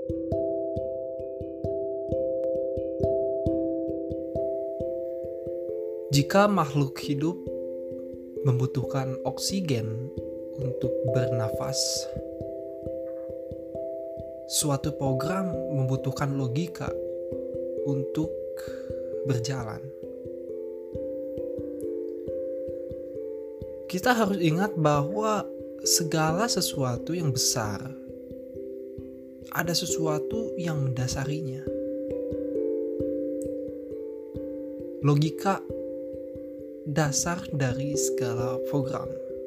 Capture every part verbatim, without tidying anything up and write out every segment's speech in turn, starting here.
Jika makhluk hidup membutuhkan oksigen untuk bernafas, suatu program membutuhkan logika untuk berjalan. Kita harus ingat bahwa segala sesuatu yang besar ada sesuatu yang mendasarinya. Logika dasar dari segala program.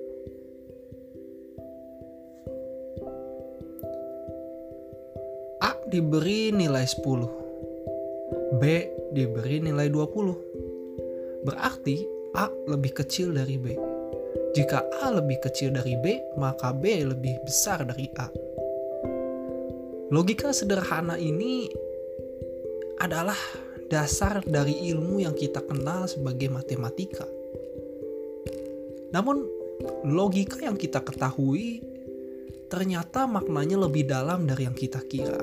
A diberi nilai sepuluh, B diberi nilai dua puluh. Berarti A lebih kecil dari B. Jika A lebih kecil dari B, maka B lebih besar dari A. Logika sederhana ini adalah dasar dari ilmu yang kita kenal sebagai matematika. Namun, logika yang kita ketahui ternyata maknanya lebih dalam dari yang kita kira.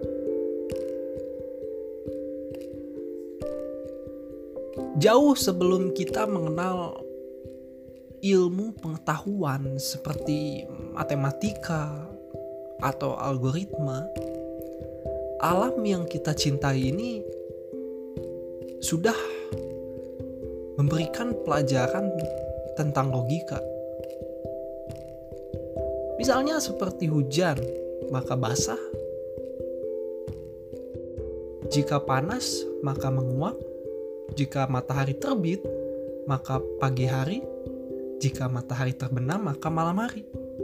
Jauh sebelum kita mengenal ilmu pengetahuan seperti matematika atau algoritma, alam yang kita cintai ini sudah memberikan pelajaran tentang logika. Misalnya seperti hujan, maka basah. Jika panas, maka menguap. Jika matahari terbit, maka pagi hari. Jika matahari terbenam, maka malam hari.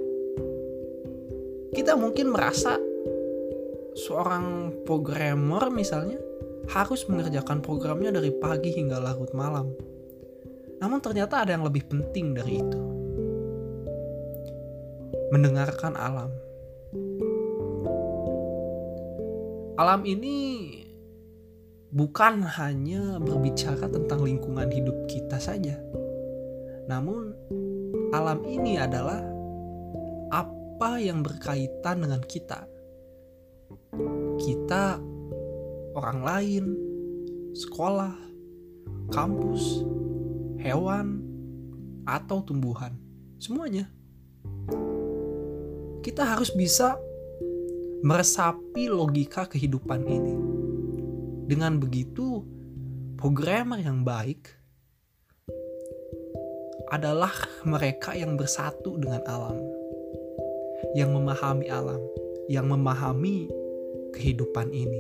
Kita mungkin merasa seorang programmer misalnya harus mengerjakan programnya dari pagi hingga larut malam. Namun ternyata ada yang lebih penting dari itu. Mendengarkan alam. Alam ini bukan hanya berbicara tentang lingkungan hidup kita saja. Namun alam ini adalah apa yang berkaitan dengan kita. Kita, orang lain, sekolah, kampus, hewan, atau tumbuhan. Semuanya. Kita harus bisa meresapi logika kehidupan ini. Dengan begitu, programmer yang baik adalah mereka yang bersatu dengan alam, yang memahami alam, yang memahami kehidupan ini.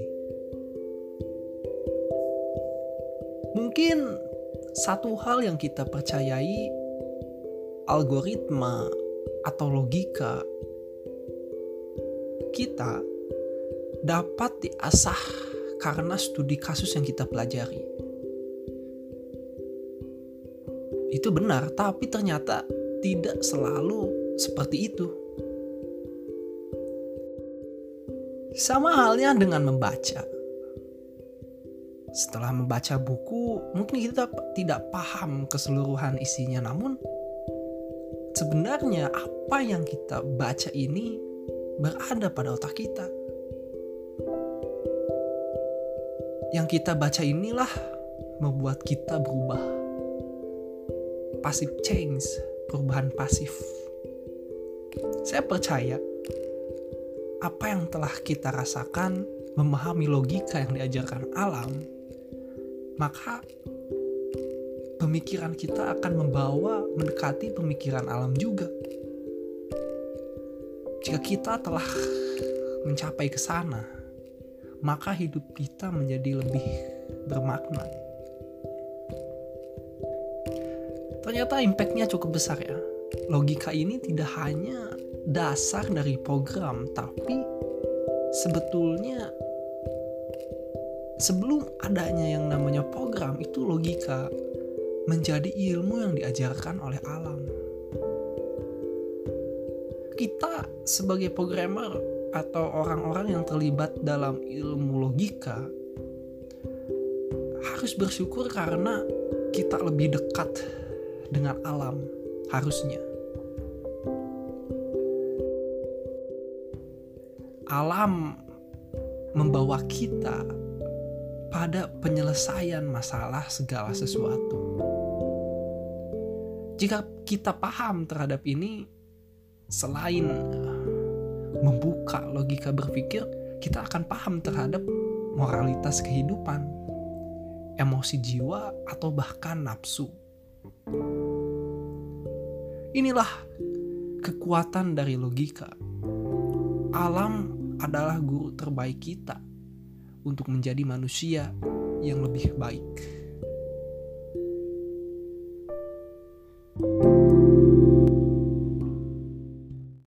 Mungkin satu hal yang kita percayai, algoritma atau logika kita dapat diasah karena studi kasus yang kita pelajari. Itu benar, tapi ternyata tidak selalu seperti itu. Sama halnya dengan membaca. Setelah membaca buku, mungkin kita tidak paham keseluruhan isinya, namun sebenarnya apa yang kita baca ini berada pada otak kita. Yang kita baca inilah membuat kita berubah. Passive change, perubahan pasif. Saya percaya apa yang telah kita rasakan, memahami logika yang diajarkan alam, maka pemikiran kita akan membawa mendekati pemikiran alam juga. Jika kita telah mencapai ke sana, maka hidup kita menjadi lebih bermakna. Ternyata impact-nya cukup besar ya. Logika ini tidak hanya dasar dari program, tapi sebetulnya sebelum adanya yang namanya program, itu logika menjadi ilmu yang diajarkan oleh alam. Kita sebagai programmer atau orang-orang yang terlibat dalam ilmu logika harus bersyukur karena kita lebih dekat dengan alam, harusnya. Alam membawa kita pada penyelesaian masalah segala sesuatu. Jika kita paham terhadap ini, selain membuka logika berpikir, kita akan paham terhadap moralitas kehidupan, emosi jiwa, atau bahkan nafsu. Inilah kekuatan dari logika. Alam adalah guru terbaik kita untuk menjadi manusia yang lebih baik.